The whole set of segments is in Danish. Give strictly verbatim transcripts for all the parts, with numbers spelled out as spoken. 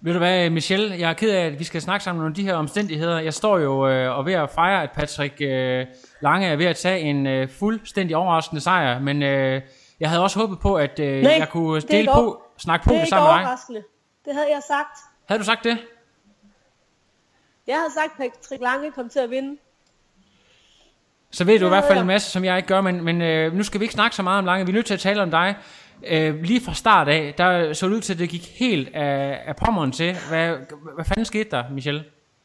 Ved du hvad, Michelle, jeg er ked af, at vi skal snakke sammen om de her omstændigheder. Jeg står jo øh, og ved at fejre, at Patrick øh, Lange er ved at tage en øh, fuldstændig overraskende sejr, men øh, jeg havde også håbet på, at øh, Nej, jeg kunne dele på, snakke på det sammen med dig. overraskende. Det havde jeg sagt. Havde du sagt det? Jeg havde sagt, at Patrick Lange kom til at vinde. Så ved du det i hvert fald jeg. en masse, som jeg ikke gør, men, men øh, nu skal vi ikke snakke så meget om Lange. Vi er nødt til at tale om dig. Øh, lige fra start af, der så det ud til, at det gik helt af, af pommeren til. Hvad, hvad fanden skete der, Michelle?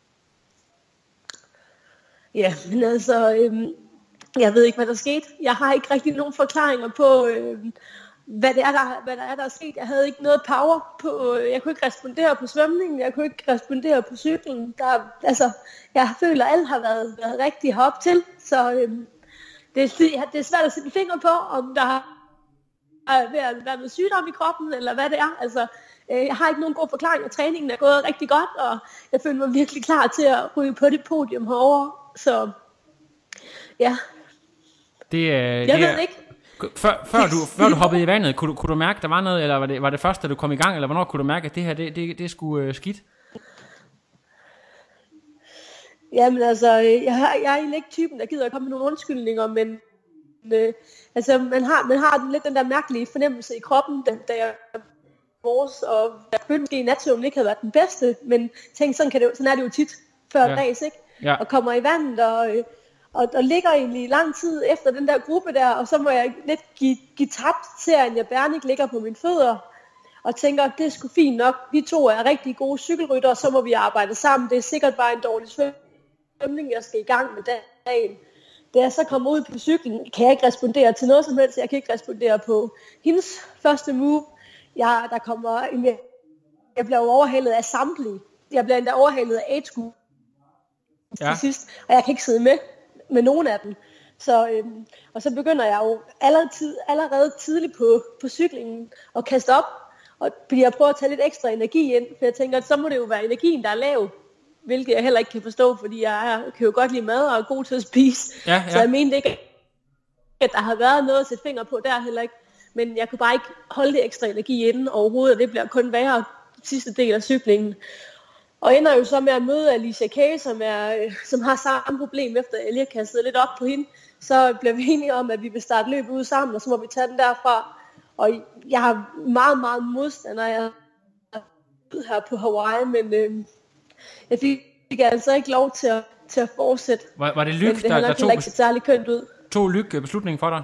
Ja, men altså, øhm, jeg ved ikke, hvad der skete. Jeg har ikke rigtig nogen forklaringer på, øhm, hvad, det er, der, hvad der er, der er sket. Jeg havde ikke noget power på, øh, jeg kunne ikke respondere på svømningen, jeg kunne ikke respondere på cyklen. Der, altså, jeg føler, at alt har været, været rigtig herop til, så øhm, det, er, det er svært at sætte finger på, om der har ved at være med sygdom i kroppen, eller hvad det er. Altså, øh, jeg har ikke nogen god forklaring, og træningen er gået rigtig godt, og jeg føler mig virkelig klar til at ryge på det podium herovre. Så, ja. Det, øh, jeg det ved er, ikke. Før, før, du, før du hoppede i vandet, kunne du, kunne du mærke, der var noget, eller var det, var det først, da du kom i gang, eller hvornår kunne du mærke, at det her, det, det, det er sgu øh, skidt? Jamen altså, jeg, har, jeg er egentlig ikke typen, der gider at komme med nogle undskyldninger, men øh, altså, man har, man har lidt den der mærkelige fornemmelse i kroppen, da, da jeg vores, og jeg følte måske, at natsøvnen ikke havde været den bedste, men tænkte, sådan, kan det, sådan er det jo tit før ja. dags, ikke? Ja. Og kommer i vandet, og, og, og ligger egentlig lang tid efter den der gruppe der, og så må jeg lidt give, give tabt, ser at jeg Bernik ligger på mine fødder, og tænker, det er sgu fint nok, vi to er rigtig gode cykelrytter, og så må vi arbejde sammen, det er sikkert bare en dårlig svømning, jeg skal i gang med dagen. Da jeg så kommer ud på cyklen, kan jeg ikke respondere til noget som helst. Jeg kan ikke respondere på hendes første move. Jeg, der kommer, jeg, jeg bliver overhalet af samtlige. Jeg bliver endda overhalet af age ja. til sidst, og jeg kan ikke sidde med med nogen af dem. Så, øhm, og så begynder jeg jo allerede, tid, allerede tidligt på, på cyklingen at kaste op, og jeg prøver at tage lidt ekstra energi ind, for jeg tænker, at så må det jo være energien, der er lav. Hvilket jeg heller ikke kan forstå, fordi jeg er, kan jo godt lide mad og er god til at spise. Ja, ja. Så jeg mente ikke, at der har været noget at sætte finger på der heller ikke. Men jeg kunne bare ikke holde det ekstra energi inden overhovedet, og det bliver kun værre sidste del af cyklingen. Og ender jo så med at møde Alicia Kay, som, er, som har samme problem, efter jeg lige har kastet lidt op på hende. Så bliver vi enige om, at vi vil starte løbet ud sammen, og så må vi tage den derfra. Og jeg har meget, meget modstander, jeg er her på Hawaii, men... Øh, jeg fik altså ikke lov til at, til at fortsætte. Var, var det Lyk, det der, der tog, ikke særlig kønt ud. tog Lyk beslutningen for dig?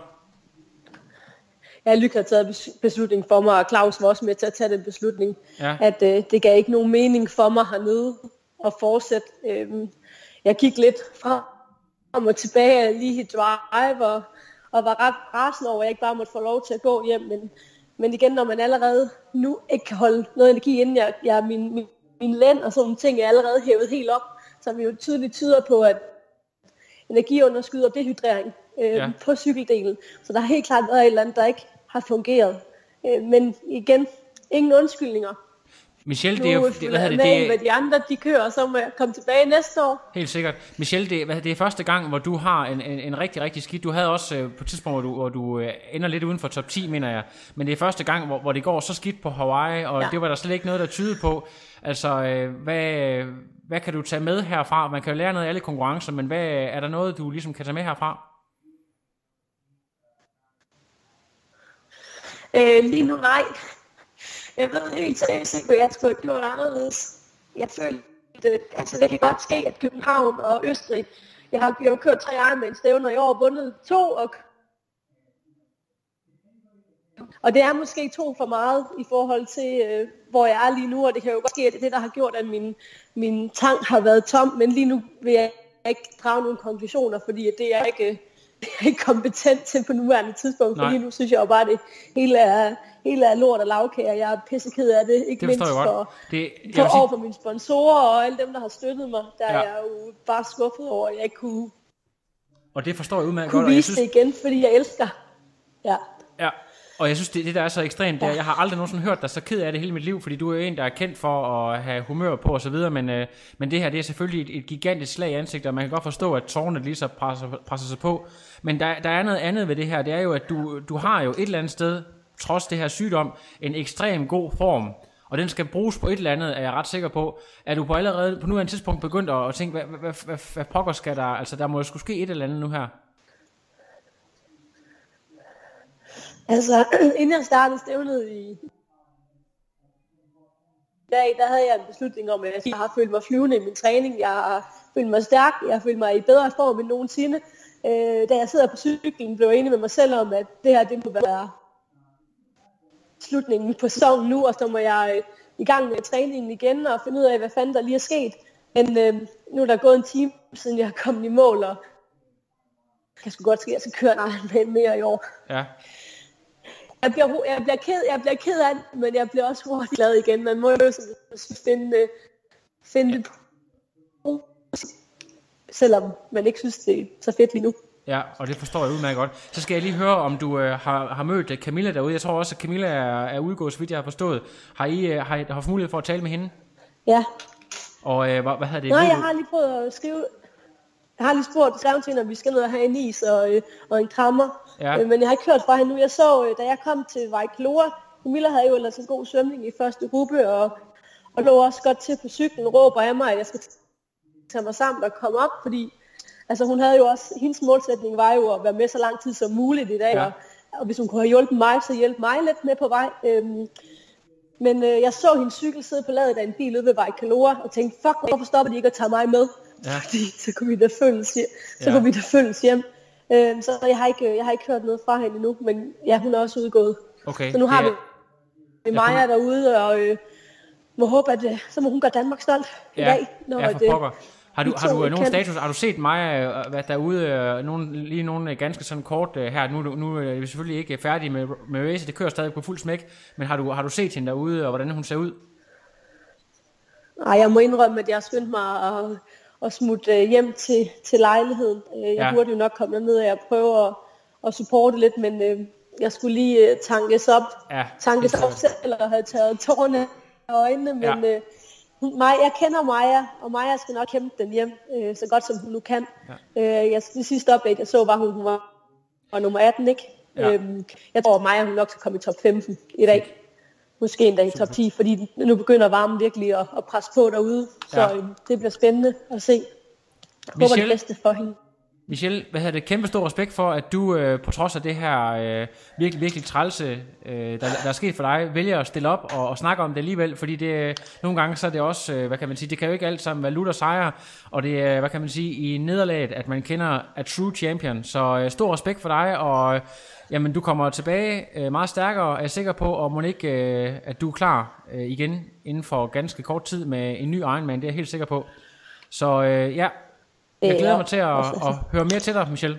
Ja, Lyk har taget beslutningen for mig, og Claus var også med til at tage den beslutning. Ja. At øh, det gav ikke nogen mening for mig hernede at fortsætte. Øhm, jeg gik lidt frem og tilbage lige i drive, og, og var ret rasende over, at jeg ikke bare måtte få lov til at gå hjem. Men, men igen, når man allerede nu ikke kan holde noget energi inden, jeg, jeg min, min Min lænd og sådan nogle ting er allerede hævet helt op, som jo tydeligt tyder på, at energiunderskud og dehydrering øh, ja. på cykeldelen. Så der har helt klart været et eller andet, der ikke har fungeret. Øh, men igen, ingen undskyldninger. Michelle, nu, det er jo... Det, hvad med, det, det, med de andre, de kører, så må jeg komme tilbage næste år. Helt sikkert. Michelle, det, hvad, det er første gang, hvor du har en, en, en rigtig, rigtig skidt. Du havde også øh, på et tidspunkt, hvor du, hvor du øh, ender lidt uden for top ti, mener jeg. Men det er første gang, hvor, hvor det går så skidt på Hawaii, og ja. det var der slet ikke noget, der tyder på. Altså, øh, hvad, hvad kan du tage med herfra? Man kan jo lære noget af alle konkurrencer, men hvad, er der noget, du ligesom kan tage med herfra? Øh, lige nu nej. Jeg ved helt seriøst, at jeg skulle have gjort anderledes. Jeg følte, at altså, det kan godt ske, at København og Østrig, jeg har, jeg har kørt tre Ironman stævner i år, vundet to, og, og det er måske to for meget i forhold til, øh, hvor jeg er lige nu, og det kan jo godt ske, at det er det, der har gjort, at min, min tank har været tom, men lige nu vil jeg ikke drage nogle konklusioner, fordi det er ikke... Jeg er ikke kompetent til på nuværende tidspunkt, for lige nu synes jeg jo bare, at det hele er, hele er lort og lavkager. Jeg er pisseked af det, ikke det mindst for, det, for over for mine sponsorer og alle dem, der har støttet mig. Der ja. er jeg jo bare skuffet over, at jeg ikke kunne, og det forstår jeg udmærket kunne godt, vise jeg synes... det igen, fordi jeg elsker. Ja. Ja. Og jeg synes, det, det der er så ekstremt, det er, jeg har aldrig nogensinde hørt dig så ked af det hele mit liv, fordi du er en, der er kendt for at have humør på og så videre, men, øh, men det her, det er selvfølgelig et, et gigantisk slag i ansigtet, og man kan godt forstå, at tårerne lige så presser, presser sig på. Men der, der er noget andet ved det her, det er jo, at du, du har jo et eller andet sted, trods det her sygdom, en ekstrem god form. og den skal bruges på et eller andet, er jeg ret sikker på. Er du på allerede på nuværende tidspunkt begyndt at tænke, hvad, hvad, hvad, hvad pokker skal der, altså der må jo skulle ske et eller andet nu her? Altså, inden jeg startede stævnet i dag, der havde jeg en beslutning om, at jeg har følt mig flyvende i min træning, jeg har følt mig stærk, jeg har følt mig i bedre form end nogensinde. Øh, da jeg sidder på cyklen, blev jeg enig med mig selv om, at det her, det må være slutningen på sæsonen nu, og så må jeg øh, i gang med træningen igen og finde ud af, hvad fanden der lige er sket. Men øh, nu er der gået en time, siden jeg er kommet i mål, og jeg skulle godt ske, at jeg skal køre en Ironman mere i år. Ja. Jeg bliver, jeg, bliver ked, jeg bliver ked af det, men jeg bliver også hurtigt glad igen. Man må jo finde, finde det på, selvom man ikke synes, det er så fedt lige nu. Ja, og det forstår jeg udmærket godt. Så skal jeg lige høre, om du øh, har, har mødt Camilla derude. Jeg tror også, at Camilla er, er udgået, så vidt jeg har forstået. Har I, øh, har I haft mulighed for at tale med hende? Ja. Og øh, hvad, hvad havde det? Nej, jeg har lige prøvet at skrive... Jeg har lige spurgt skrevet til hende, om vi skal ned og have en is og, øh, og en krammer. Ja. Øh, men jeg har ikke hørt fra hende nu. Jeg så, øh, da jeg kom til Vejklora, Camilla havde jo ellers en god svømning i første gruppe, og, og lå også godt til på cyklen, råber af mig, at jeg skal tage mig sammen og komme op, fordi altså, hun havde jo også, hendes målsætning var jo at være med så lang tid som muligt i dag, ja. og, og hvis hun kunne have hjulpet mig, så hjælpe mig lidt med på vej. Øhm, men øh, jeg så hendes cykel sidde på ladet af en bil ude ved Vejklora, og tænkte, fuck, hvorfor stopper de ikke at tage mig med? Ja. Fordi så kunne vi da følges hjem. Så ja. kunne vi da følges hjem. Øhm, så jeg har, ikke, jeg har ikke hørt noget fra hende endnu, men ja, hun er også udgået. Okay. Så nu har det vi Maja kunne... derude, og øh, må håbe, at øh, så må hun gøre Danmark stolt ja. i dag. Når ja, for det, pokker. Har du, har du nogen status? Har du set mig været derude? Nogen, lige nogle ganske sådan kort her. Nu, nu er vi selvfølgelig ikke færdige med, med race. Det kører stadig på fuld smæk. Men har du, har du set hende derude, og hvordan hun ser ud? Nej, jeg må indrømme, at jeg skyndte mig at, at smutte hjem til, til lejligheden. Jeg ja. burde jo nok komme ned og prøve at, at supporte lidt, men øh, jeg skulle lige tankes op. Ja, tankes op selv, eller have taget tårerne af øjnene, men... Ja. Øh, Maja, jeg kender Maja, og Maja skal nok kæmpe den hjem, øh, så godt som hun nu kan. Ja. Øh, jeg, det sidste update, jeg så, var hun, hun var, var nummer atten, ikke? Ja. Øhm, jeg tror, Maja hun nok skal komme i top femten i dag. Måske endda i top ti, fordi nu begynder varmen virkelig at, at presse på derude. Så ja. øh, det bliver spændende at se. Jeg håber det bedste for hende. Michelle, hvad hedder det? Kæmpe stor respekt for, at du øh, på trods af det her øh, virkelig, virkelig trælse, øh, der, der er sket for dig, vælger at stille op og, og snakke om det alligevel, fordi det, nogle gange så er det også, øh, hvad kan man sige, det kan jo ikke alt sammen være lutter sejre, og det er, hvad kan man sige, i nederlaget, at man kender a true champion, så øh, stor respekt for dig, og øh, jamen, du kommer tilbage øh, meget stærkere, er jeg sikker på, og må ikke, øh, at du er klar øh, igen inden for ganske kort tid med en ny Ironman, det er jeg helt sikker på. Så øh, ja, jeg glæder mig til at, at høre mere til dig, Michelle.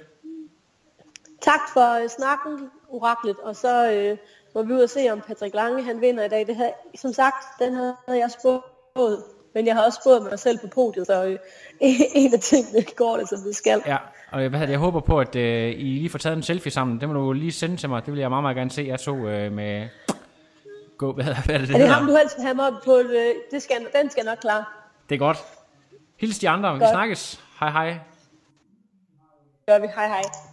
Tak for snakken, oraklet, og så øh, må vi ud og se, om Patrick Lange han vinder i dag. Det havde, som sagt, den havde jeg spået, men jeg har også spået mig selv på podiet, så øh, en af tingene går det, som det skal. Ja, og hvad havde, jeg håber på, at øh, I lige får taget en selfie sammen. Det må du lige sende til mig. Det vil jeg meget, meget gerne se. Jeg to øh, med... Gå, hvad, hvad er det, det er det ham, du helst vil have mig på? Øh, det skal, den skal nok klare. Det er godt. Hils de andre. Godt. Vi snakkes. Hej hej. Gør vi. Hej hej.